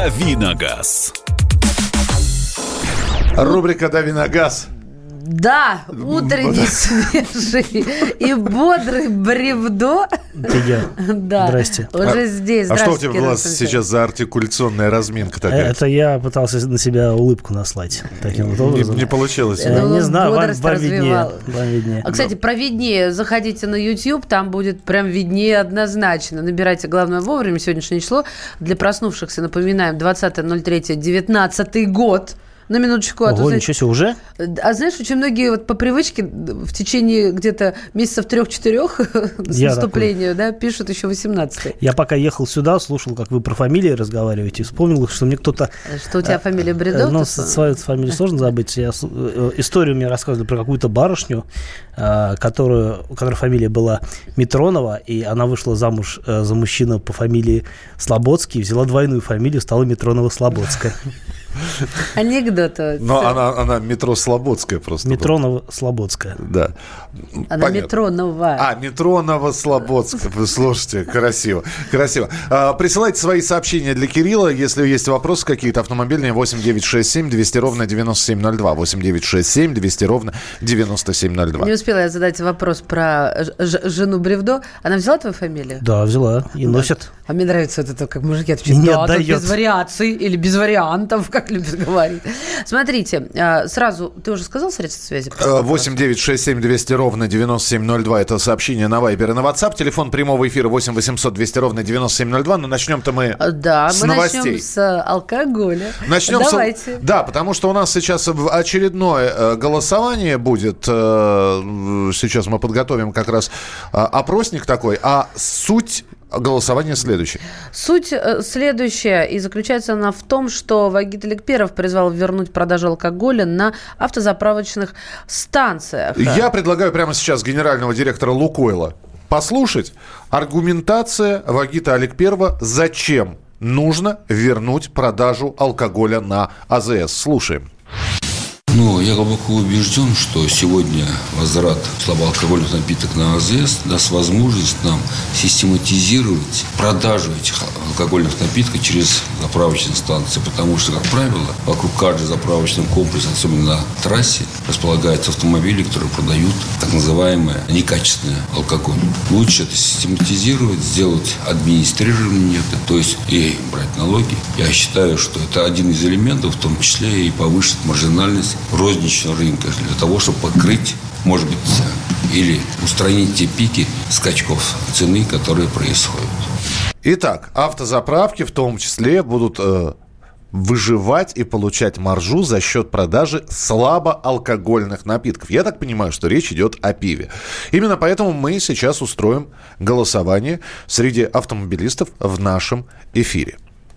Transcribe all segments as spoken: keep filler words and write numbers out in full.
«Дави на газ». Рубрика «Дави на газ». Да, утренний, свежий и бодрый бревдо. Это я. Да. Здрасте. Уже здесь. А что у тебя была сейчас за артикуляционная разминка такая? Это я пытался на себя улыбку наслать. Таким вот образом. Не, не получилось. Я не знаю, вам, вам, виднее, вам виднее. А, кстати, про виднее. Заходите на YouTube, там будет прям виднее однозначно. Набирайте, главное, вовремя. Сегодняшнее число. Для проснувшихся, напоминаем, двадцатое ноль третье девятнадцатый год. На минуточку. Ого, а то, знаешь, ничего себе, уже? А знаешь, очень многие вот по привычке в течение где-то месяцев трех-четырех с Я наступления, да, пишут еще восемнадцатый. Я пока ехал сюда, слушал, как вы про фамилии разговариваете, вспомнил, что мне кто-то... Что у тебя фамилия Бредов? Ну, свою фамилию сложно забыть. Я, историю мне рассказывали про какую-то барышню, которую, у которой фамилия была Митронова, и она вышла замуж за мужчину по фамилии Слободский, взяла двойную фамилию, стала Митронова-Слободская. Анекдот. Но она, она метро Слободская просто. Митронова-Слободская. Да. Она Понятно. Митронова. А, Митронова-Слободская. Вы слушайте, красиво. Красиво. А, присылайте свои сообщения для Кирилла, если есть вопросы какие-то автомобильные. восемь девятьсот шестьдесят семь двести ровно девяносто семь ноль два. восемь девятьсот шестьдесят семь двести ровно девяносто семь ноль два. Не успела я задать вопрос про ж- жену Бревдо. Она взяла твою фамилию? Да, взяла. И да. Носит. А мне нравится вот это, как мужики отвечают. Да, тут без вариаций или без вариантов, как любят говорить. Смотрите, сразу, ты уже сказал средства связи? восемь девятьсот шестьдесят семь двести ровно девяносто семь ноль два. Это сообщение на Вайбер и на WhatsApp. Телефон прямого эфира восемь восемьсот двести ровно девяносто семь ноль два. Но начнем-то мы да, с мы новостей. начнем с алкоголя. Начнем Давайте. С... Да, потому что у нас сейчас очередное голосование будет. Сейчас мы подготовим как раз опросник такой. А суть... Голосование следующее. Суть следующая, и заключается она в том, что Вагит Аликперов призвал вернуть продажу алкоголя на автозаправочных станциях. Я предлагаю прямо сейчас генерального директора «Лукойла» послушать аргументация Вагита Аликперова, зачем нужно вернуть продажу алкоголя на АЗС. Слушаем. Ну, я глубоко убежден, что сегодня возврат слабоалкогольных напиток на АЗС даст возможность нам систематизировать продажу этих алкогольных напитков через заправочные станции. Потому что, как правило, вокруг каждого заправочного комплекса, особенно на трассе, располагаются автомобили, которые продают так называемый некачественный алкоголь. Лучше это систематизировать, сделать администрирование, то есть и брать налоги. Я считаю, что это один из элементов, в том числе и повысить маржинальность розничного рынка для того, чтобы покрыть, может быть, или устранить те пики скачков цены, которые происходят. Итак, автозаправки в том числе будут э, выживать и получать маржу за счет продажи слабоалкогольных напитков. Я так понимаю, что речь идет о пиве. Именно поэтому мы сейчас устроим голосование среди автомобилистов в нашем эфире.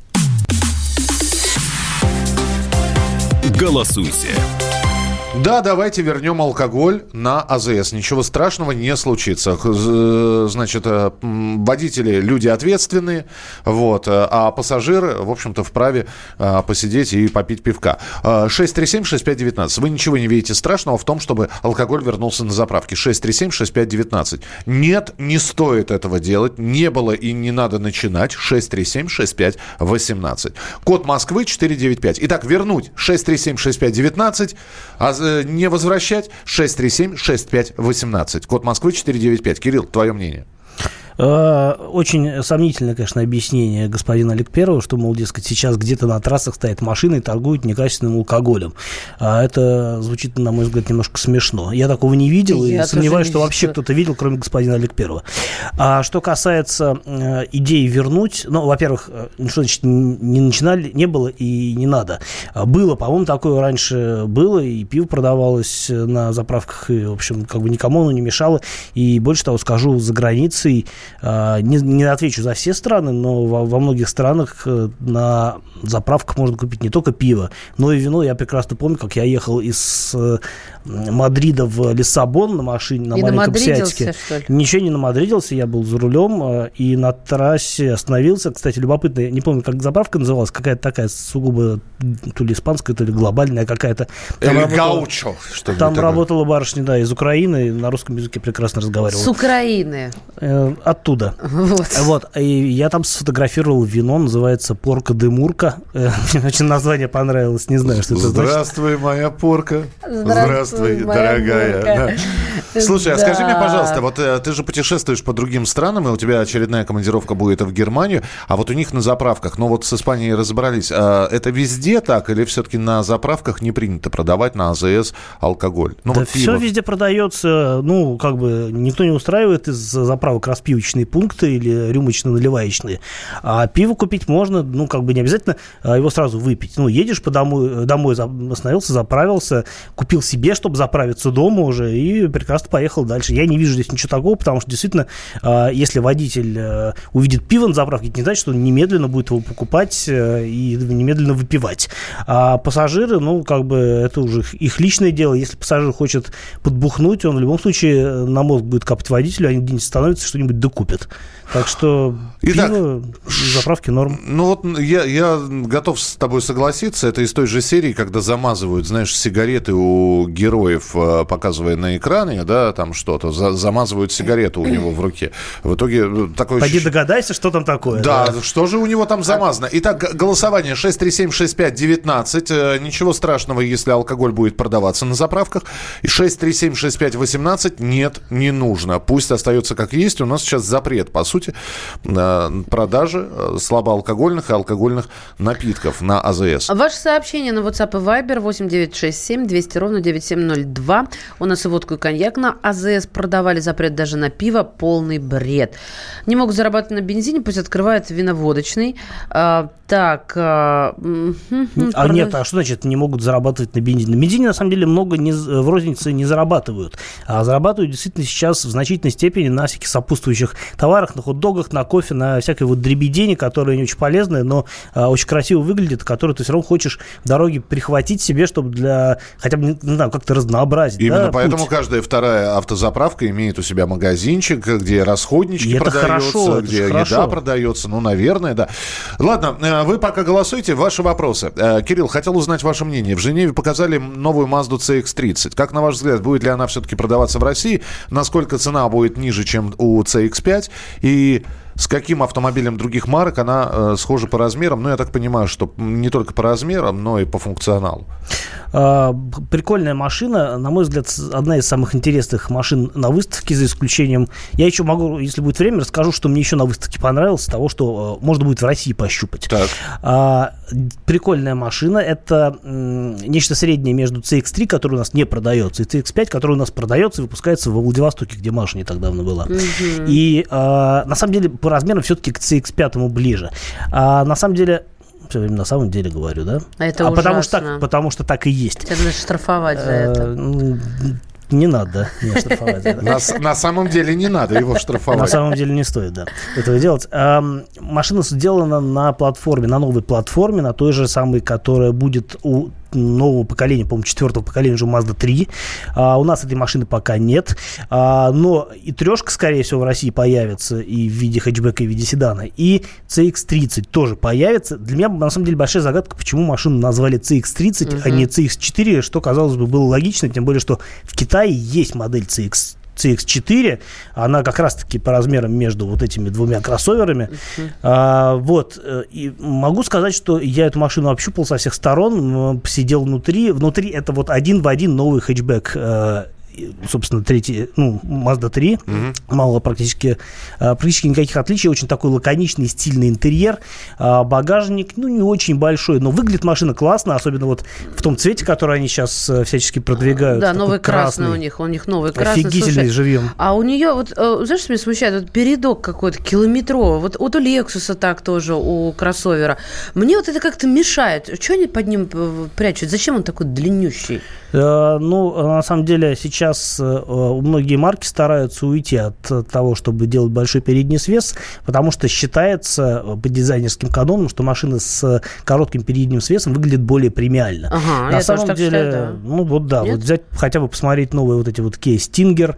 Голосуйте. Да, давайте вернем алкоголь на АЗС. Ничего страшного не случится. Значит, водители люди ответственные, вот, а пассажиры, в общем-то, вправе посидеть и попить пивка. шесть три семь шесть пять один девять. Вы ничего не видите страшного в том, чтобы алкоголь вернулся на заправке. шесть три семь шесть пять один девять. Нет, не стоит этого делать. Не было и не надо начинать. шесть три семь шесть пять один восемь. Код Москвы четыре девять пять. Итак, вернуть шесть три семь шесть пять один девять. Не возвращать шесть три семь шесть пять один восемь. Код Москвы четыре девять пять. Кирилл, твое мнение? Очень сомнительное, конечно, объяснение господина Аликперова, что, мол, дескать, сейчас где-то на трассах стоят машины и торгуют некачественным алкоголем. Это звучит, на мой взгляд, немножко смешно. Я такого не видел и, и сомневаюсь, что вообще кто-то видел, кроме господина Аликперова. А что касается идеи вернуть, ну, во-первых, что значит не начинали, не было и не надо. Было, по-моему, такое раньше было, и пиво продавалось на заправках, и, в общем, как бы никому оно не мешало. И больше того скажу, за границей Не, не отвечу за все страны, но во, во многих странах на заправках можно купить не только пиво, но и вино. Я прекрасно помню, как я ехал из Мадрида в Лиссабон на машине, на и маленьком Сиатике. Ничего не намадридился, я был за рулем и на трассе остановился. Кстати, любопытно, я не помню, как заправка называлась, какая-то такая сугубо то ли испанская, то ли глобальная какая-то. Там, работала, там работала барышня, да, из Украины, на русском языке прекрасно разговаривала. С Украины. Оттуда, оттуда. Вот. Вот. И я там сфотографировал вино, называется «Порка де Мурка». Мне очень название понравилось, не знаю, что это значит. Здравствуй, моя порка. Здравствуй, моя дорогая. Да. Слушай, а Да. скажи мне, пожалуйста, вот э, ты же путешествуешь по другим странам, и у тебя очередная командировка будет в Германию, а вот у них на заправках, ну вот с Испанией разобрались, а это везде так или все-таки на заправках не принято продавать на АЗС алкоголь? Ну, Да вот все пиво. везде продается, ну, как бы никто не устраивает из заправок распивочные пункты или рюмочно-наливаечные. А пиво купить можно, ну, как бы не обязательно а, его сразу выпить. Ну, едешь по домой, домой за- остановился, заправился, купил себе, чтобы заправиться дома уже, и прекрасно поехал дальше. Я не вижу здесь ничего такого, потому что действительно, а, если водитель а, увидит пиво на заправке, это не значит, что он немедленно будет его покупать а, и немедленно выпивать. А пассажиры, ну, как бы это уже их личное дело. Если пассажир хочет подбухнуть, он в любом случае на мозг будет капать водителю, они где-нибудь становятся, что-нибудь докупят. Так что Итак, пиво, заправки норм. Ну вот я, я готов с тобой согласиться. Это из той же серии, когда замазывают, знаешь, сигареты у героев, э, показывая на экране, да, там что-то, за, замазывают сигарету у него в руке. В итоге такое... Пойди ощущ- догадайся, что там такое. Да, что же у него там замазано? Итак, г- голосование шесть три семь шесть пять девятнадцать. Э, Ничего страшного, если алкоголь будет продаваться на заправках. И шесть три семь шесть пять восемнадцать. Нет, не нужно. Пусть остается как есть. У нас сейчас запрет, по сути, на продажи э, слабоалкогольных и алкогольных напитков на АЗС. Ваше сообщение на WhatsApp и Viber восемь девятьсот шестьдесят семь двести ровно девяносто семь ноль два. У нас и водку, и коньяк на АЗС продавали. Запрет даже на пиво. Полный бред. Не могут зарабатывать на бензине, пусть открывают виноводочный. А, так. А, А нет, а что значит не могут зарабатывать на бензине? На бензине, на самом деле, много не, в рознице не зарабатывают. А зарабатывают действительно сейчас в значительной степени на всяких сопутствующих товарах, на хот-догах, на кофе, на всякой вот дребедени, которая не очень полезная, но а, очень красиво выглядит, которую ты все равно хочешь в дороге прихватить себе, чтобы для хотя бы, не знаю, как-то разнообразить. Именно да, поэтому путь. каждая вторая автозаправка имеет у себя магазинчик, где расходнички И это продаются, хорошо, это где же еда хорошо. продается. Ну, наверное, да. Ладно, э, вы пока голосуйте. Ваши вопросы. Э, Кирилл, хотел узнать ваше мнение. В Женеве показали новую Mazda си икс тридцать. Как, на ваш взгляд, будет ли она все-таки продаваться в России? Насколько цена будет ниже, чем у си икс пять? И с каким автомобилем других марок она э, схожа по размерам? Ну, я так понимаю, что не только по размерам, но и по функционалу. А, прикольная машина, на мой взгляд, одна из самых интересных машин на выставке, за исключением... Я еще могу, если будет время, расскажу, что мне еще на выставке понравилось, того, что э, можно будет в России пощупать. Так. А, прикольная машина. Это м, нечто среднее между си икс три, который у нас не продается, и си икс пять, который у нас продается и выпускается во Владивостоке, где Маша не так давно была. Mm-hmm. И а, на самом деле по размерам все-таки к си икс пять ближе. А на самом деле... Все время на самом деле говорю, да? Это а потому ужасно. что, так, потому что так и есть. Тебя надо штрафовать за это. Не надо меня штрафовать за это. На, на самом деле не надо его штрафовать. На самом деле не стоит, да, этого делать. А, машина сделана на платформе, на новой платформе, на той же самой, которая будет у нового поколения, по-моему, четвертого поколения уже Mazda три. А, у нас этой машины пока нет. А, но и трешка, скорее всего, в России появится и в виде хэтчбека, и в виде седана. И си икс тридцать тоже появится. Для меня, на самом деле, большая загадка, почему машину назвали си икс тридцать, uh-huh. а не си икс четыре, что, казалось бы, было логично, тем более, что в Китае есть модель си икс си икс четыре, она как раз-таки по размерам между вот этими двумя кроссоверами. Uh-huh. А, вот. И могу сказать, что я эту машину общупал со всех сторон, посидел внутри. Внутри это вот один в один новый хэтчбэк, собственно, третий, ну, Mazda три. Uh-huh. Мало практически, практически никаких отличий. Очень такой лаконичный, стильный интерьер. Багажник, ну, не очень большой, но выглядит машина классно, особенно вот в том цвете, который они сейчас всячески продвигают. Да, новый красный у них. У них новый красный. Офигительный, живьем. А у нее, вот, знаешь, что меня смущает? Вот передок какой-то километровый. Вот, вот у Lexus так тоже, у кроссовера. Мне вот это как-то мешает. Что они под ним прячут? Зачем он такой длиннющий? Ну, на самом деле, сейчас многие марки стараются уйти от того, чтобы делать большой передний свес, потому что считается по дизайнерским канонам, что машина с коротким передним свесом выглядит более премиально. Ага, на самом деле, считаю, да. ну вот да, Нет? вот взять, хотя бы посмотреть новые вот эти вот Kia Stinger,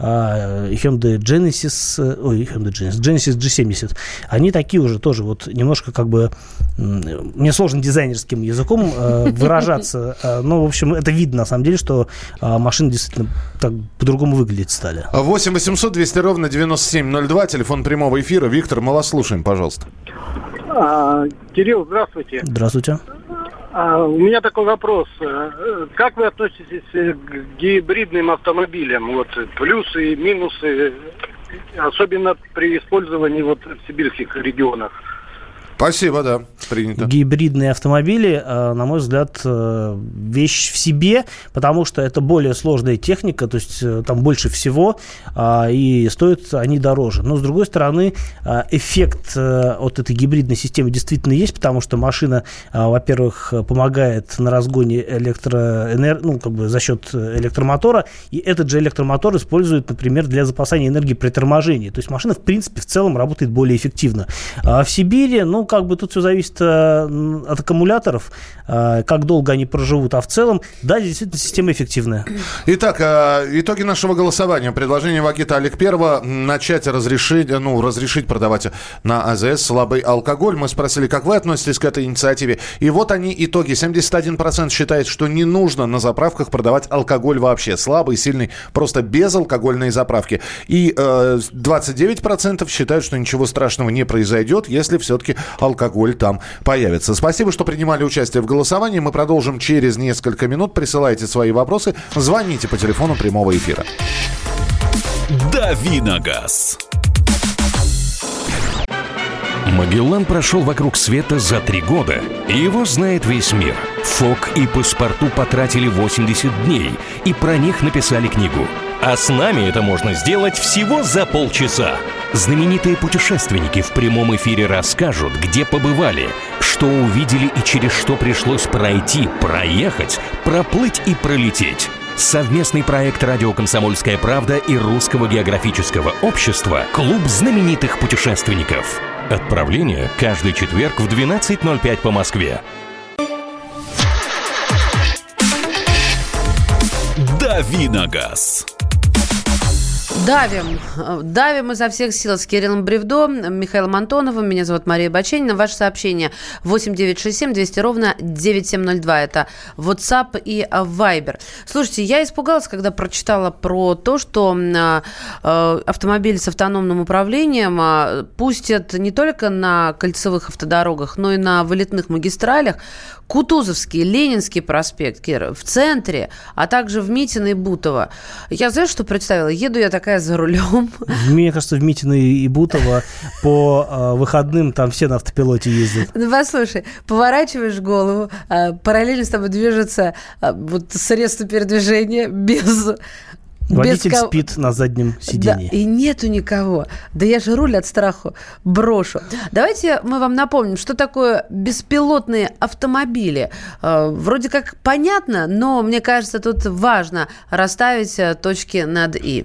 Hyundai Genesis, ой, Hyundai Genesis, Genesis джи семьдесят, они такие уже тоже вот немножко как бы, мне сложно дизайнерским языком выражаться, но, в общем, это видно на самом деле, что машина действительно так по-другому выглядеть стали. восемь восемьсот двести ровно девяносто семь ноль два, телефон прямого эфира. Виктор, мы вас слушаем, пожалуйста. А, Кирилл, здравствуйте. Здравствуйте. А, у меня такой вопрос. Как вы относитесь к гибридным автомобилям? Вот плюсы и минусы, особенно при использовании вот в сибирских регионах. Спасибо, да, принято. Гибридные автомобили, на мой взгляд, вещь в себе, потому что это более сложная техника, то есть там больше всего, и стоят они дороже. Но, с другой стороны, эффект от этой гибридной системы действительно есть, потому что машина, во-первых, помогает на разгоне электроэнергии, ну, как бы за счет электромотора, и этот же электромотор используют, например, для запасания энергии при торможении. То есть машина, в принципе, в целом работает более эффективно. А в Сибири, ну, как бы тут все зависит э, от аккумуляторов, э, как долго они проживут, а в целом, да, действительно, система эффективная. Итак, э, итоги нашего голосования. Предложение Вагита Аликперова начать разрешить, ну, разрешить продавать на АЗС слабый алкоголь. Мы спросили, как вы относитесь к этой инициативе. И вот они итоги. семьдесят один процент считает, что не нужно на заправках продавать алкоголь вообще. Слабый, сильный, просто безалкогольные заправки. И э, двадцать девять процентов считают, что ничего страшного не произойдет, если все-таки алкоголь там появится. Спасибо, что принимали участие в голосовании. Мы продолжим через несколько минут. Присылайте свои вопросы. Звоните по телефону прямого эфира. Давиногаз. Магеллан прошел вокруг света за три года, и его знает весь мир. ФОК и Паспорту потратили восемьдесят дней, и про них написали книгу. А с нами это можно сделать всего за полчаса. Знаменитые путешественники в прямом эфире расскажут, где побывали, что увидели и через что пришлось пройти, проехать, проплыть и пролететь. Совместный проект «Радио Комсомольская правда» и Русского географического общества «Клуб знаменитых путешественников». Отправление каждый четверг в двенадцать ноль пять по Москве. Давиногаз. Давим. Давим изо всех сил с Кириллом Бревдо, Михаилом Антоновым. Меня зовут Мария Баченина. Ваше сообщение восемь девятьсот шестьдесят семь двести ровно девяносто семь ноль два. Это WhatsApp и Viber. Слушайте, я испугалась, когда прочитала про то, что э, автомобили с автономным управлением э, пустят не только на кольцевых автодорогах, но и на вылетных магистралях. Кутузовский, Ленинский проспект, Кира, в центре, а также в Митино и Бутово. Я, знаешь, что представила? Еду я такая за рулем. Мне кажется, в Митино и Бутово по э, выходным там все на автопилоте ездят. Ну, послушай, поворачиваешь голову, э, параллельно с тобой движется э, вот средство передвижения без... Водитель без... спит на заднем сиденье. Да, и нету никого. Да я же руль от страху брошу. Давайте мы вам напомним, что такое беспилотные автомобили. Вроде как понятно, но мне кажется, тут важно расставить точки над «и».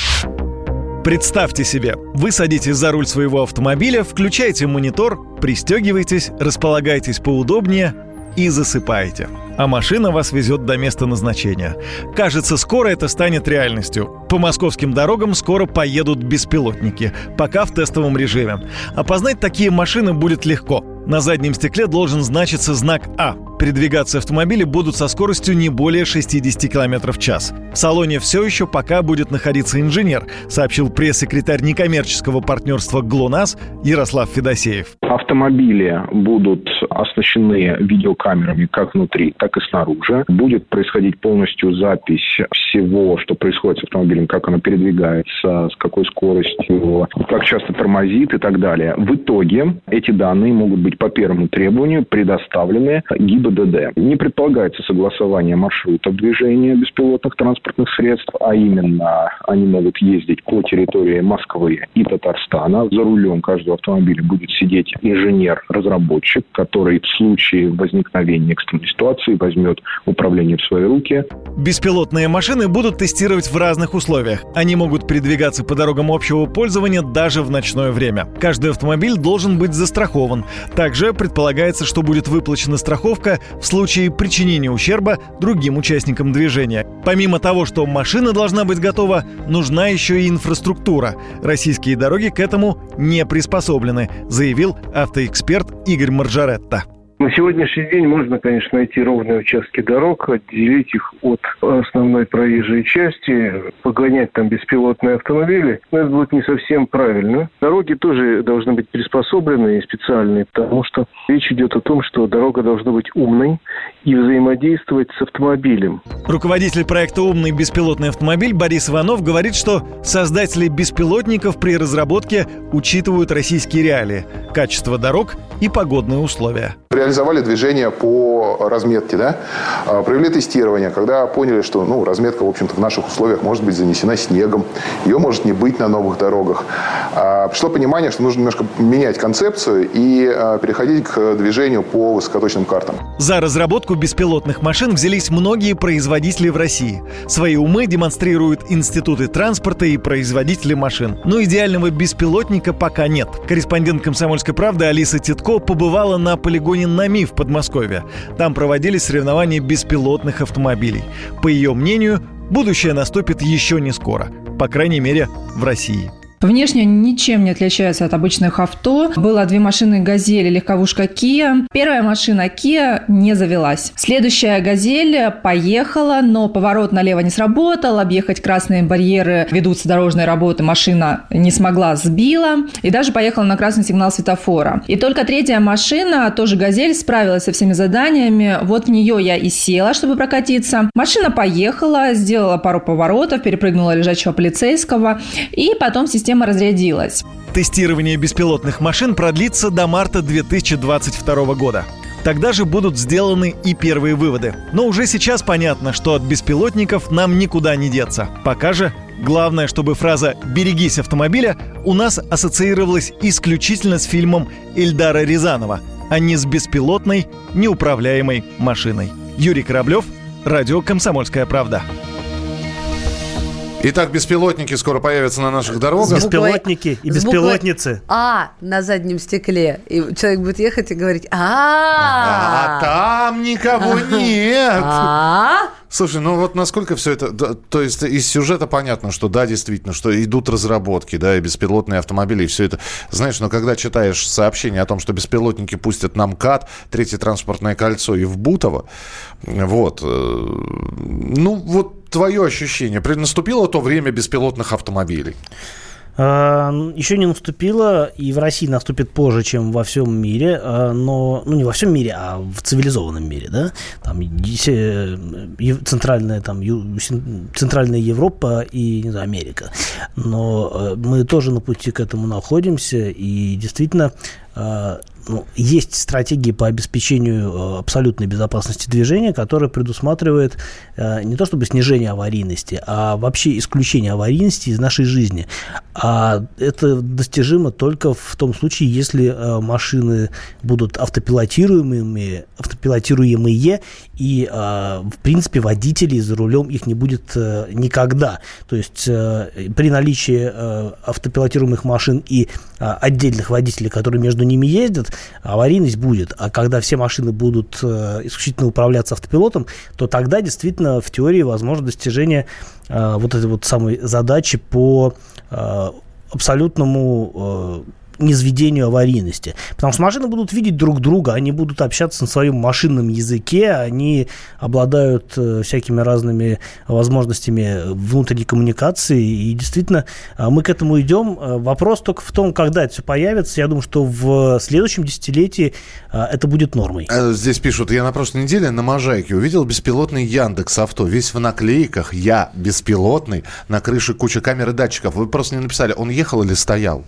Представьте себе, вы садитесь за руль своего автомобиля, включаете монитор, пристегиваетесь, располагаетесь поудобнее и засыпаете. А машина вас везет до места назначения. Кажется, скоро это станет реальностью. По московским дорогам скоро поедут беспилотники, пока в тестовом режиме. Опознать такие машины будет легко. На заднем стекле должен значиться знак «А». Передвигаться автомобили будут со скоростью не более шестьдесят километров в час. В салоне все еще пока будет находиться инженер, сообщил пресс-секретарь некоммерческого партнерства ГЛОНАСС Ярослав Федосеев. Автомобили будут оснащены видеокамерами как внутри, так и снаружи. Будет происходить полностью запись всего, что происходит с автомобилем, как оно передвигается, с какой скоростью, как часто тормозит и так далее. В итоге эти данные могут быть по первому требованию предоставлены ГИБДД. Не предполагается согласование маршрутов движения беспилотных транспортных средств, а именно они могут ездить по территории Москвы и Татарстана. За рулем каждого автомобиля будет сидеть инженер-разработчик, который в случае возникновения экстренной ситуации возьмет управление в свои руки. Беспилотные машины будут тестировать в разных условиях. Они могут передвигаться по дорогам общего пользования даже в ночное время. Каждый автомобиль должен быть застрахован. Также предполагается, что будет выплачена страховка в случае причинения ущерба другим участникам движения. Помимо того, что машина должна быть готова, нужна еще и инфраструктура. Российские дороги к этому не приспособлены, заявил автоэксперт Игорь Маржаретта. На сегодняшний день можно, конечно, найти ровные участки дорог, отделить их от основной проезжей части, погонять там беспилотные автомобили, но это будет не совсем правильно. Дороги тоже должны быть приспособлены и специальные, потому что речь идет о том, что дорога должна быть умной и взаимодействовать с автомобилем. Руководитель проекта «Умный беспилотный автомобиль» Борис Иванов говорит, что создатели беспилотников при разработке учитывают российские реалии, качество дорог и погодные условия. Реализовали движение по разметке, да? Провели тестирование, когда поняли, что ну, разметка, в общем-то, в наших условиях может быть занесена снегом, ее может не быть на новых дорогах. Пришло понимание, что нужно немножко менять концепцию и переходить к движению по высокоточным картам. За разработку беспилотных машин взялись многие производители в России. Свои умы демонстрируют институты транспорта и производители машин. Но идеального беспилотника пока нет. Корреспондент «Комсомольской правды» Алиса Титко побывала на полигоне НАМИ в Подмосковье. Там проводились соревнования беспилотных автомобилей. По ее мнению, будущее наступит еще не скоро. По крайней мере, в России. Внешне они ничем не отличаются от обычных авто. Было две машины «Газель» и легковушка Kia. Первая машина Kia не завелась. Следующая «Газель» поехала, но поворот налево не сработал. Объехать красные барьеры, ведутся дорожные работы, машина не смогла, сбила. И даже поехала на красный сигнал светофора. И только третья машина, тоже «Газель», справилась со всеми заданиями. Вот в нее я и села, чтобы прокатиться. Машина поехала, сделала пару поворотов, перепрыгнула лежачего полицейского. И потом система Система разрядилась. Тестирование беспилотных машин продлится до марта две тысячи двадцать второго года. Тогда же будут сделаны и первые выводы. Но уже сейчас понятно, что от беспилотников нам никуда не деться. Пока же главное, чтобы фраза «берегись автомобиля» у нас ассоциировалась исключительно с фильмом Эльдара Рязанова, а не с беспилотной, неуправляемой машиной. Юрий Кораблев, радио «Комсомольская правда». Итак, беспилотники скоро появятся на наших дорогах. Беспилотники и беспилотницы. А на заднем стекле. И человек будет ехать и говорить: а А там никого нет. Слушай, ну вот насколько все это... То есть из сюжета понятно, что да, действительно, что идут разработки, да, и беспилотные автомобили, и все это. Знаешь, но когда читаешь сообщение о том, что беспилотники пустят на МКАД, Третье транспортное кольцо и в Бутово, вот, ну вот твое ощущение, наступило то время беспилотных автомобилей? Еще не наступило, и в России наступит позже, чем во всем мире, но, ну, не во всем мире, а в цивилизованном мире, да, там центральная, там, центральная Европа и, не знаю, Америка, но мы тоже на пути к этому находимся, и действительно, ну, есть стратегии по обеспечению абсолютной безопасности движения, которая предусматривает не то чтобы снижение аварийности, а вообще исключение аварийности из нашей жизни. А это достижимо только в том случае, если машины будут автопилотируемыми, автопилотируемые, и, в принципе, водителей за рулем их не будет никогда. То есть при наличии автопилотируемых машин и отдельных водителей, которые между ними ездят, аварийность будет. А когда все машины будут э, исключительно управляться автопилотом, то тогда действительно в теории возможно достижение э, вот этой вот самой задачи по э, абсолютному э, низведению аварийности. Потому что машины будут видеть друг друга, они будут общаться на своем машинном языке, они обладают э, всякими разными возможностями внутренней коммуникации, и действительно э, мы к этому идем. Вопрос только в том, когда это все появится. Я думаю, что в следующем десятилетии э, это будет нормой. Здесь пишут: я на прошлой неделе на Можайке увидел беспилотный Яндекс.Авто, весь в наклейках, я беспилотный, на крыше куча камер и датчиков. Вы просто не написали, он ехал или стоял?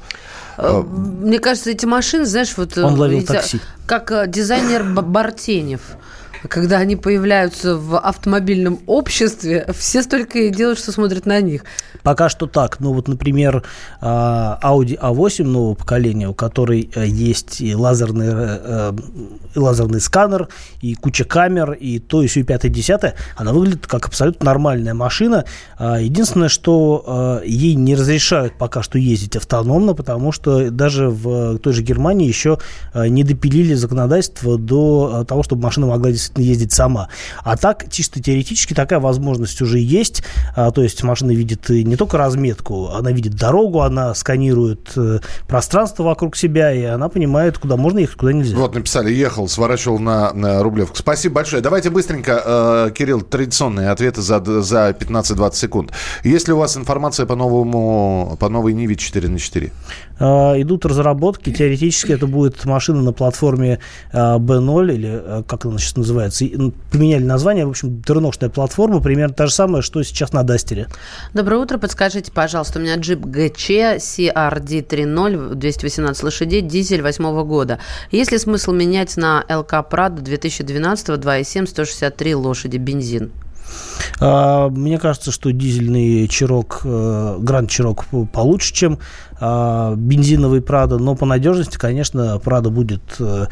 Мне кажется, эти машины, знаешь, вот... Он ловил такси. Как дизайнер Бартенев. Когда они появляются в автомобильном обществе, все столько и делают, что смотрят на них. Пока что так. Ну, вот, например, Audi а восемь нового поколения, у которой есть и лазерный, и лазерный сканер, и куча камер, и то, и сё, и пятое, и десятое, она выглядит как абсолютно нормальная машина. Единственное, что ей не разрешают пока что ездить автономно, потому что даже в той же Германии еще не допилили законодательство до того, чтобы машина могла действительно действительно ездить сама. А так, чисто теоретически, такая возможность уже есть. А, то есть машина видит не только разметку, она видит дорогу, она сканирует э, пространство вокруг себя, и она понимает, куда можно ехать, куда нельзя. Вот написали, ехал, сворачивал на, на Рублевку. Спасибо большое. Давайте быстренько, э, Кирилл, традиционные ответы за, за пятнадцать-двадцать секунд. Есть ли у вас информация по новому, по новой Ниве четыре на четыре? Э, идут разработки. Теоретически это будет машина на платформе э, би ноль, или э, как она сейчас называется. И, поменяли название. В общем, треножная платформа, примерно та же самая, что сейчас на Дастере. Доброе утро. Подскажите, пожалуйста, у меня джип ГЧ си ар ди три ноль, двести восемнадцать лошадей, дизель восьмого года. Есть ли смысл менять на эл ка Prado две тысячи двенадцатого, два и семь, сто шестьдесят три лошади, бензин? Мне кажется, что дизельный Чирок, Гранд Чирок получше, чем бензиновый Прадо, но по надежности, конечно, Прадо будет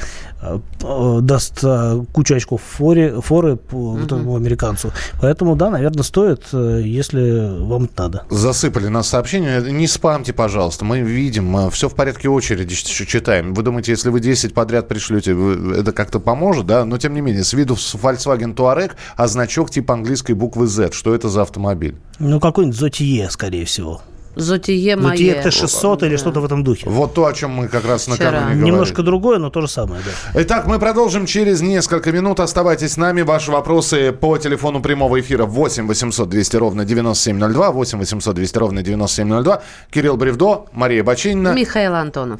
даст кучу очков форе, форы по mm-hmm. этому американцу. Поэтому, да, наверное, стоит, если вам это надо. Засыпали нас сообщения. Не спамьте, пожалуйста. Мы видим, все в порядке очереди читаем. Вы думаете, если вы десять подряд пришлете, это как-то поможет, да? Но, тем не менее, с виду Volkswagen Touareg, а значок типа английской буквы Z. Что это за автомобиль? Ну, какой-нибудь Зотье, скорее всего. Зотье мое. Зотье Т шестьсот или да. что-то в этом духе. Вот то, о чем мы как раз Вчера. накануне говорили. Немножко другое, но то же самое, да. Итак, мы продолжим через несколько минут. Оставайтесь с нами. Ваши вопросы по телефону прямого эфира восемь восемьсот двести ровно девяносто семь ноль два, восемь восемьсот двести ровно девяносто семь ноль два. Кирилл Бревдо, Мария Бачинина. Михаил Антонов.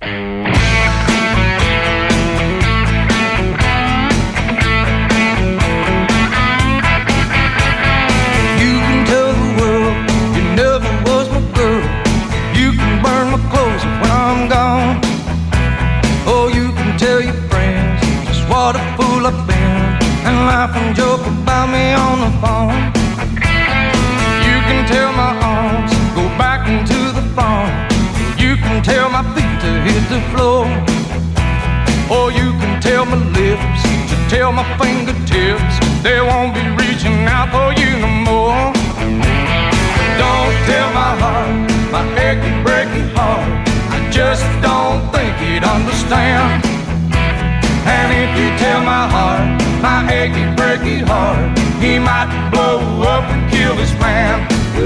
What a fool I've been, and laugh and joke about me on the phone. You can tell my arms go back into the phone. You can tell my feet to hit the floor. Or you can tell my lips to tell my fingertips they won't be reaching out for you no more. Don't tell my heart, my achy, breaky heart, I just don't think he'd understand. And if you tell my heart, my achy, breaky heart, he might blow up and kill this man.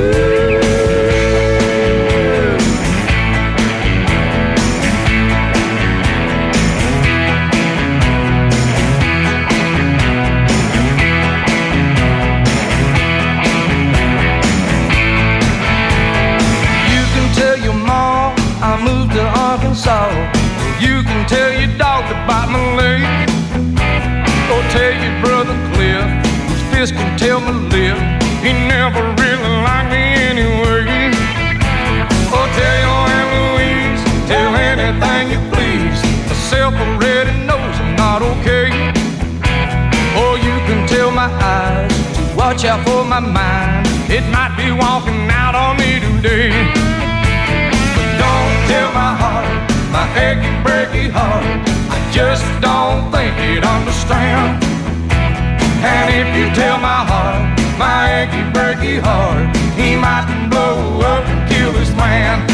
You can tell your mom I moved to Arkansas. You can tell your dog to bite my leg. Or tell your brother Cliff, whose fist can tell my lip, he never really liked me anyway. Or tell your Aunt Louise, tell anything you please, myself already knows I'm not okay. Or you can tell my eyes to watch out for my mind, it might be walking out on me today. But don't tell my heart, my achy, breaky heart, I just don't think he'd understand. And if you tell my heart, my achy, breaky heart, he might blow up and kill this man.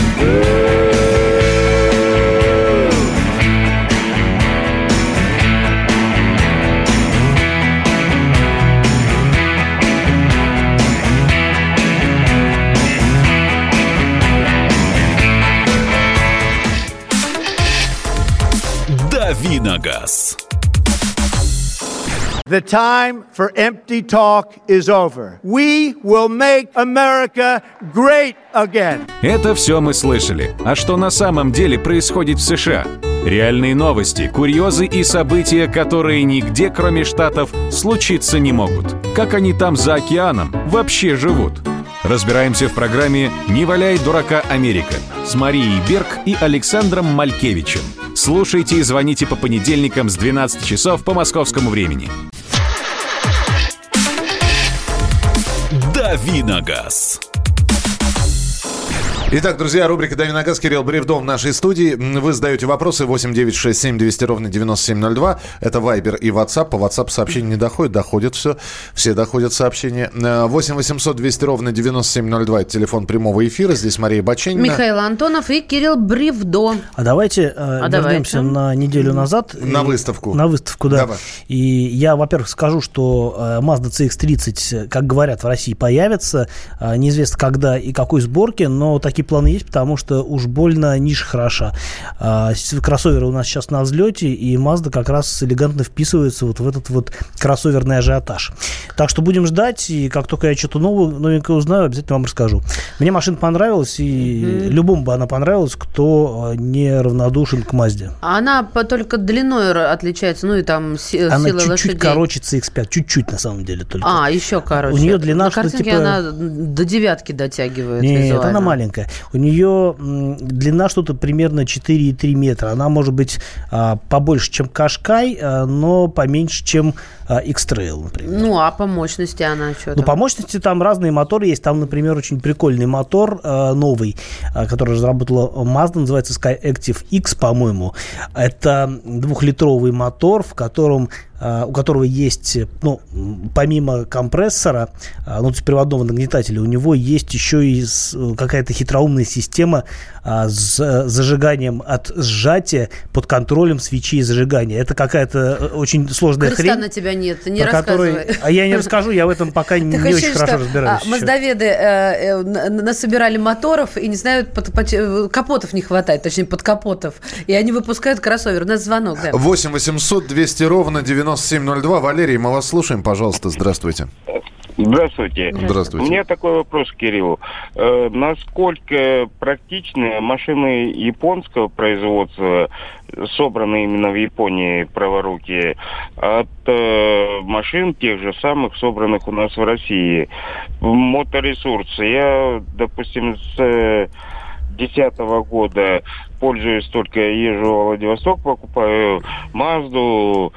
Давиногаз. The time for empty talk is over. We will make America great again. Это все мы слышали. А что на самом деле происходит в США? Реальные новости, курьезы и события, которые нигде, кроме Штатов, случиться не могут. Как они там за океаном вообще живут? Разбираемся в программе «Не валяй дурака, Америка» с Марией Берг и Александром Малькевичем. Слушайте и звоните по понедельникам с двенадцати часов по московскому времени. Давиногаз. Итак, друзья, рубрика «Дави на газ», Кирилл Бревдов в нашей студии. Вы задаете вопросы восемь девятьсот шестьдесят семь двести ровно девяносто семь ноль два. Это Вайбер и WhatsApp. По WhatsApp сообщения не доходит, доходит все. Все доходят сообщения. восемь восемьсот двести ровно девяносто семь ноль два. Это телефон прямого эфира. Здесь Мария Баченина, Михаил Антонов и Кирилл Бревдо. А давайте э, а вернемся давайте. на неделю назад. На и, выставку. На выставку, да. Давай. И я, во-первых, скажу, что э, Mazda си икс тридцать, как говорят, в России появится. Э, неизвестно когда и какой сборки, но такие планы есть, потому что уж больно ниша хороша. Э, кроссоверы у нас сейчас на взлете, и Mazda как раз элегантно вписывается вот в этот вот кроссоверный ажиотаж. Так что будем ждать, и как только я что-то новое, новенькое узнаю, обязательно вам расскажу. Мне машина понравилась, и mm-hmm. любому бы она понравилась, кто не равнодушен к Mazda. Она по, только длиной отличается, ну и там си- она сила чуть-чуть лошадей. Короче си икс пять, чуть-чуть на самом деле только. А, еще короче. У нее длина, на что картинке типа... она до девятки дотягивает. Нет, визуально. она маленькая. У нее м, длина что-то примерно четыре и три метра. Она может быть а, побольше, чем Qashqai, а, но поменьше, чем а, X-Trail, например. Ну, а по мощности она что-то? Ну, по мощности там разные моторы есть. Там, например, очень прикольный мотор а, новый, а, который разработала Mazda, называется Skyactiv X, по-моему. Это двухлитровый мотор, в котором у которого есть, ну, помимо компрессора, ну, приводного нагнетателя, у него есть еще и какая-то хитроумная система с зажиганием от сжатия под контролем свечи зажигания. Это какая-то очень сложная Креста хрень. на тебя нет, не рассказывай. Которой... А я не расскажу, я в этом пока не очень хорошо разбираюсь. Маздоведы насобирали моторов и не знают, капотов не хватает, точнее, подкапотов. И они выпускают кроссовер. У нас звонок, да. восемь восемьсот двести ровно девяносто семь ноль два. Валерий, мы вас слушаем, пожалуйста, здравствуйте. Здравствуйте. Здравствуйте. У меня такой вопрос к Кириллу. Э, насколько практичны машины японского производства, собранные именно в Японии, праворукие, от э, машин тех же самых, собранных у нас в России? Моторесурсы. Я, допустим, с... две тысячи десятого года пользуюсь только, езжу в Владивосток, покупаю Мазду,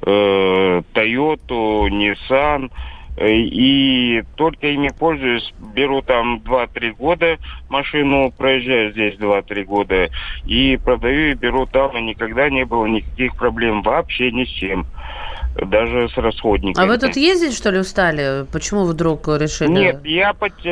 э, Тойоту, Nissan, э, и только ими пользуюсь, беру там два-три года машину, проезжаю здесь два-три года, и продаю, и беру там, и никогда не было никаких проблем вообще ни с чем. Даже с расходниками. А вы тут ездить, что ли, устали? Почему вы вдруг решили? Нет, я,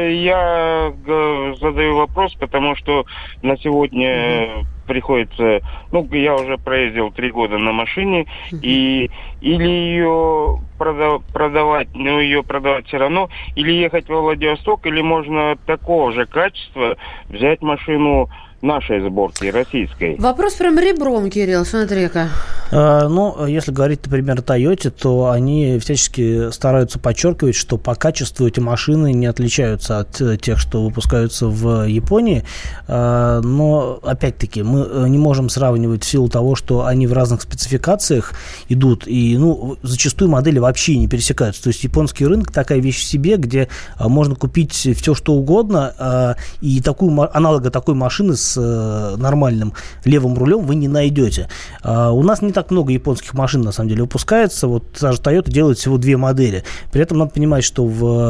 я задаю вопрос, потому что на сегодня uh-huh. приходится... Ну, я уже проездил три года на машине, uh-huh. и или ее продав, продавать, но ее продавать все равно, или ехать во Владивосток, или можно такого же качества взять машину нашей сборки, российской. Вопрос прям ребром, Кирилл, смотри-ка. А, ну, если говорить, например, о Тойоте, то они всячески стараются подчеркивать, что по качеству эти машины не отличаются от тех, что выпускаются в Японии. А, но, опять-таки, мы не можем сравнивать в силу того, что они в разных спецификациях идут, и, ну, зачастую модели вообще не пересекаются. То есть японский рынок такая вещь в себе, где можно купить все, что угодно, и такую, аналога такой машины с нормальным левым рулем вы не найдете. А, у нас не так много японских машин, на самом деле, выпускается. Вот та же Toyota делает всего две модели. При этом надо понимать, что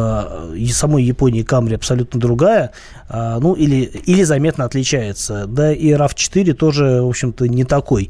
в самой Японии Camry абсолютно другая, а, ну, или, или заметно отличается. Да, и рав четыре тоже, в общем-то, не такой,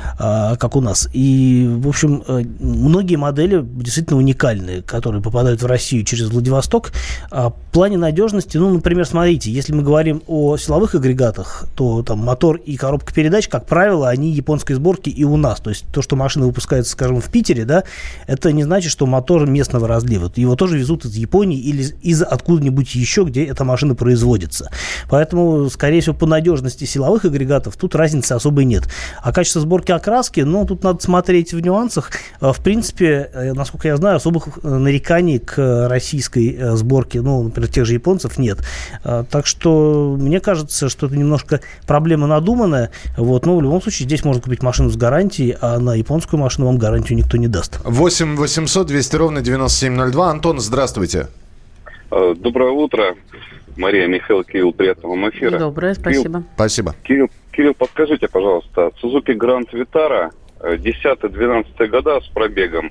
а, как у нас. И, в общем, многие модели действительно уникальные, которые попадают в Россию через Владивосток. А, в плане надежности, ну, например, смотрите, если мы говорим о силовых агрегатах, то там мотор и коробка передач, как правило, они японской сборки и у нас. То есть то, что машина выпускается, скажем, в Питере, да, это не значит, что мотор местного разлива. Его тоже везут из Японии или из откуда-нибудь еще, где эта машина производится. Поэтому, скорее всего, по надежности силовых агрегатов тут разницы особой нет. А качество сборки окраски, ну, тут надо смотреть в нюансах. В принципе, насколько я знаю, особых нареканий к российской сборке, ну, например, тех же японцев нет. Так что мне кажется, что это немножко проблема надуманная, вот, но в любом случае здесь можно купить машину с гарантией, а на японскую машину вам гарантию никто не даст. восемь восемьсот двести ровно девяносто семь ноль два. Антон, здравствуйте. Доброе утро. Мария, Михаил, Кирилл, приятного вам эфира. Доброе, спасибо. Кирилл, спасибо. Кирилл, Кирилл, подскажите, пожалуйста, Suzuki Grand Vitara, десятый-двенадцатый года с пробегом,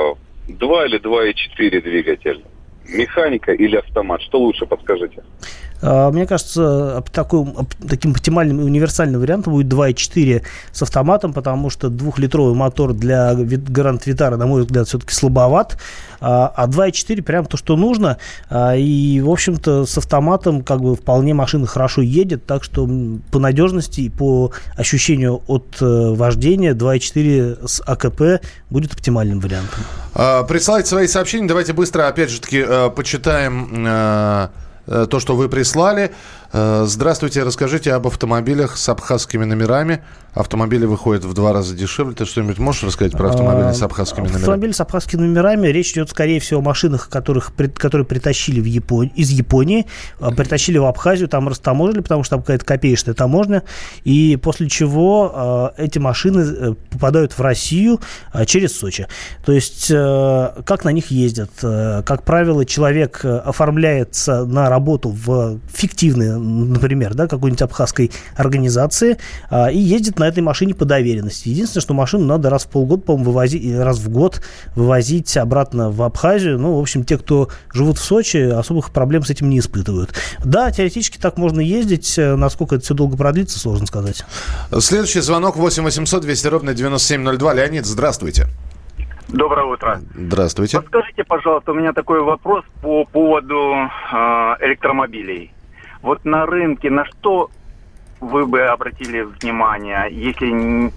два или два и четыре двигатель? Механика или автомат? Что лучше, подскажите? Мне кажется, такой, таким оптимальным и универсальным вариантом будет два и четыре с автоматом, потому что двухлитровый мотор для Гранд Витара, на мой взгляд, все-таки слабоват, а два и четыре прям то, что нужно, и, в общем-то, с автоматом как бы вполне машина хорошо едет, так что по надежности и по ощущению от вождения два и четыре с АКП будет оптимальным вариантом. Присылайте свои сообщения, давайте быстро, опять же таки, почитаем то, что вы прислали. Здравствуйте, расскажите об автомобилях с абхазскими номерами. Автомобили выходят в два раза дешевле. Ты что-нибудь можешь рассказать про автомобили с абхазскими номерами? Автомобили с абхазскими номерами. Речь идет, скорее всего, о машинах, которых, которые притащили в Япон... из Японии, притащили в Абхазию, там растаможили, потому что там какая-то копеечная таможня. И после чего э, эти машины попадают в Россию э, через Сочи. То есть, э, как на них ездят? Э, как правило, человек оформляется на работу в фиктивной, например, да, какой-нибудь абхазской организации э, и ездит на этой машине по доверенности. Единственное, что машину надо раз в полгода, по-моему, вывозить, раз в год вывозить обратно в Абхазию. Ну, в общем, те, кто живут в Сочи, особых проблем с этим не испытывают. Да, теоретически так можно ездить. Насколько это все долго продлится, сложно сказать. Следующий звонок восемь восемьсот двести ровно девяносто семь ноль два. Леонид, здравствуйте. Доброе утро. Здравствуйте. Подскажите, пожалуйста, у меня такой вопрос по поводу э, электромобилей. Вот на рынке на что вы бы обратили внимание, если не,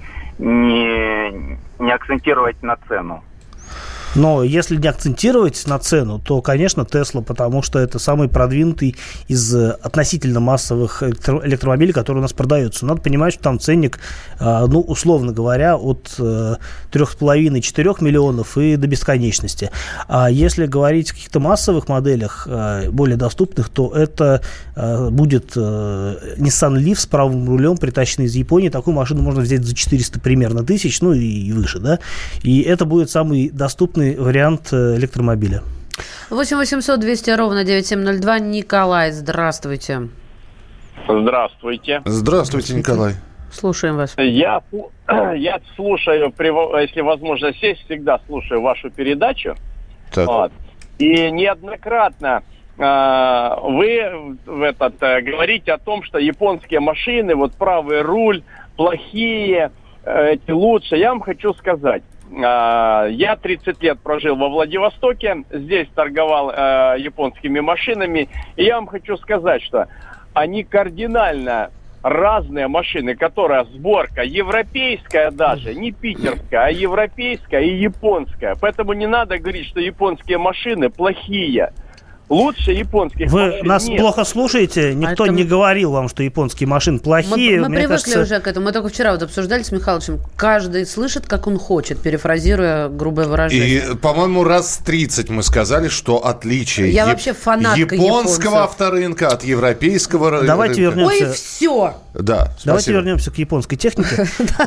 не акцентировать на цену? Но если не акцентировать на цену, то, конечно, Tesla, потому что это самый продвинутый из относительно массовых электро- электромобилей, которые у нас продаются. Надо понимать, что там ценник, ну, условно говоря, от три с половиной - четыре миллионов и до бесконечности. А если говорить о каких-то массовых моделях, более доступных, то это будет Nissan Leaf с правым рулем, притащенный из Японии. Такую машину можно взять за четыреста примерно тысяч, ну и выше, да. И это будет самый доступный вариант электромобиля. восемь восемьсот двести ровно девяносто семь ноль два. Николай, здравствуйте. Здравствуйте. Здравствуйте, Николай. Слушаем вас. Я, я слушаю, если возможно сесть, всегда слушаю вашу передачу. Так. Вот. И неоднократно э, вы в этот, э, говорите о том, что японские машины, вот правый руль, плохие, э, эти лучше. Я вам хочу сказать. Я тридцать лет прожил во Владивостоке, здесь торговал э, японскими машинами, и я вам хочу сказать, что они кардинально разные машины, которая сборка европейская даже, не питерская, а европейская и японская. Поэтому не надо говорить, что японские машины плохие. Лучше японских Вы машин нас нет. плохо слушаете? Никто а это... не говорил вам, что японские машины плохие. Мы, мы привыкли кажется... уже к этому. Мы только вчера вот обсуждали с Михалычем. Каждый слышит, как он хочет, перефразируя грубое выражение. И, по-моему, раз тридцать мы сказали, что отличие Я яп... вообще фанатка японского японцев. авторынка от европейского Давайте рынка. вернемся. Ой, все! Да, спасибо. Давайте вернемся к японской технике.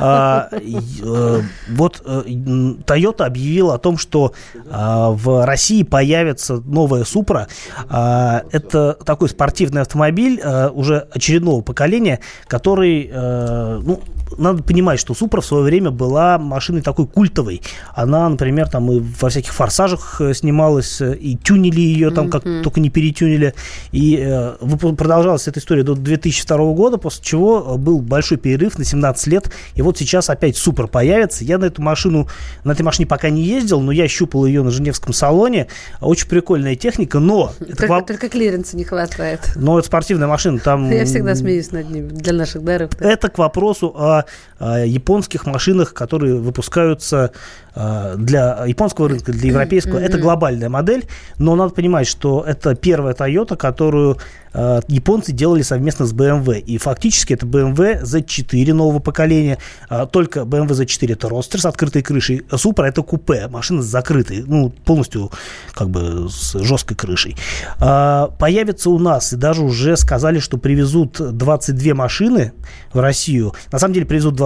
Вот Toyota объявила о том, что в России появится новая Supra. Это такой спортивный автомобиль уже очередного поколения, который, ну, надо понимать, что Supra в свое время была машиной такой культовой. Она, например, там и во всяких форсажах снималась, и тюнили ее там, как mm-hmm. только не перетюнили. И э, продолжалась эта история до две тысячи второго года, после чего был большой перерыв на семнадцать лет. И вот сейчас опять Supra появится. Я на эту машину, на этой машине пока не ездил, но я щупал ее на Женевском салоне. Очень прикольная техника, но... Только, это... только клиренса не хватает. Но это спортивная машина. Там... Я всегда смеюсь над ним для наших дорог. Это к вопросу о о японских машинах, которые выпускаются для японского рынка, для европейского. Mm-hmm. Это глобальная модель, но надо понимать, что это первая Toyota, которую э, японцы делали совместно с бэ эм вэ. И фактически это бэ эм вэ зет четыре нового поколения. А, только бэ эм вэ зет четыре это родстер с открытой крышей, а Supra это купе, машина с закрытой, ну, полностью как бы с жесткой крышей. А, появится у нас, и даже уже сказали, что привезут двадцать две машины в Россию. На самом деле привезут двадцать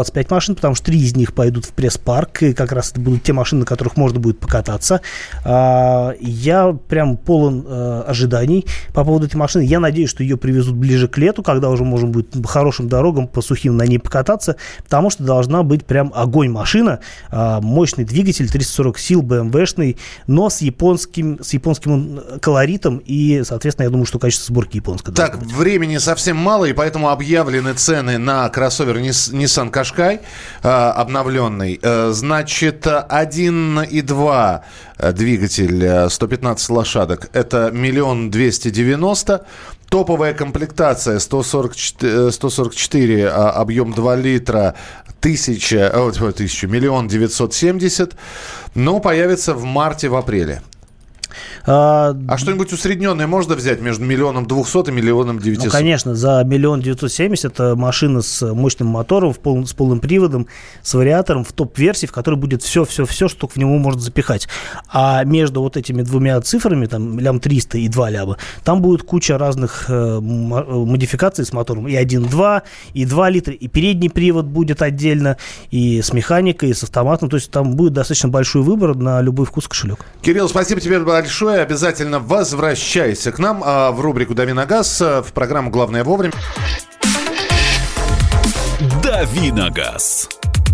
двадцать пять машин, потому что три из них пойдут в пресс-парк, и как раз это будут те машины, на которых можно будет покататься. Я прям полон ожиданий по поводу этой машины. Я надеюсь, что ее привезут ближе к лету, когда уже можно будет по хорошим дорогам, по сухим на ней покататься, потому что должна быть прям огонь машина, мощный двигатель, триста сорок сил, бэ эм вэ-шный, но с японским, с японским колоритом, и, соответственно, я думаю, что качество сборки японское. Так, времени совсем мало, и поэтому объявлены цены на кроссовер Nissan Qashqai обновленный. Значит, один и два двигатель, сто пятнадцать лошадок, это миллион двести девяносто. Топовая комплектация сто сорок четыре, сто сорок четыре, объем два литра, тысяча, о, тысяча, миллион девятьсот семьдесят. Но появится в марте, в апреле. А, а что-нибудь усредненное можно взять между миллионом двухсот и миллионом девятисот? Ну, конечно, за миллион девятьсот семьдесят это машина с мощным мотором, в пол, с полным приводом, с вариатором, в топ-версии, в которой будет все-все-все, что только в него можно запихать. А между вот этими двумя цифрами, там, лям триста и два ляма, там будет куча разных э, модификаций с мотором. И один и два, и два литра, и передний привод будет отдельно, и с механикой, и с автоматом. То есть там будет достаточно большой выбор на любой вкус, кошелек. Кирилл, спасибо тебе большое. Обязательно возвращайся к нам а, в рубрику «Дави на газ», а, в программу «Главное вовремя». «Дави на газ».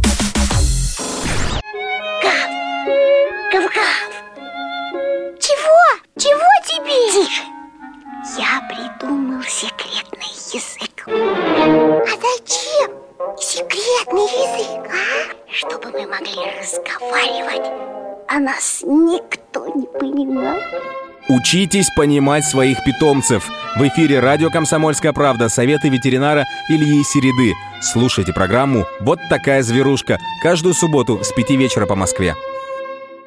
Гав! Гав-гав! Чего? Чего тебе? Тише! Я придумал секретный язык. А зачем секретный язык, а? Чтобы мы могли разговаривать, а нас никто не понимал. Учитесь понимать своих питомцев. В эфире радио «Комсомольская правда». Советы ветеринара Ильи Середы. Слушайте программу «Вот такая зверушка» каждую субботу с пяти вечера по Москве.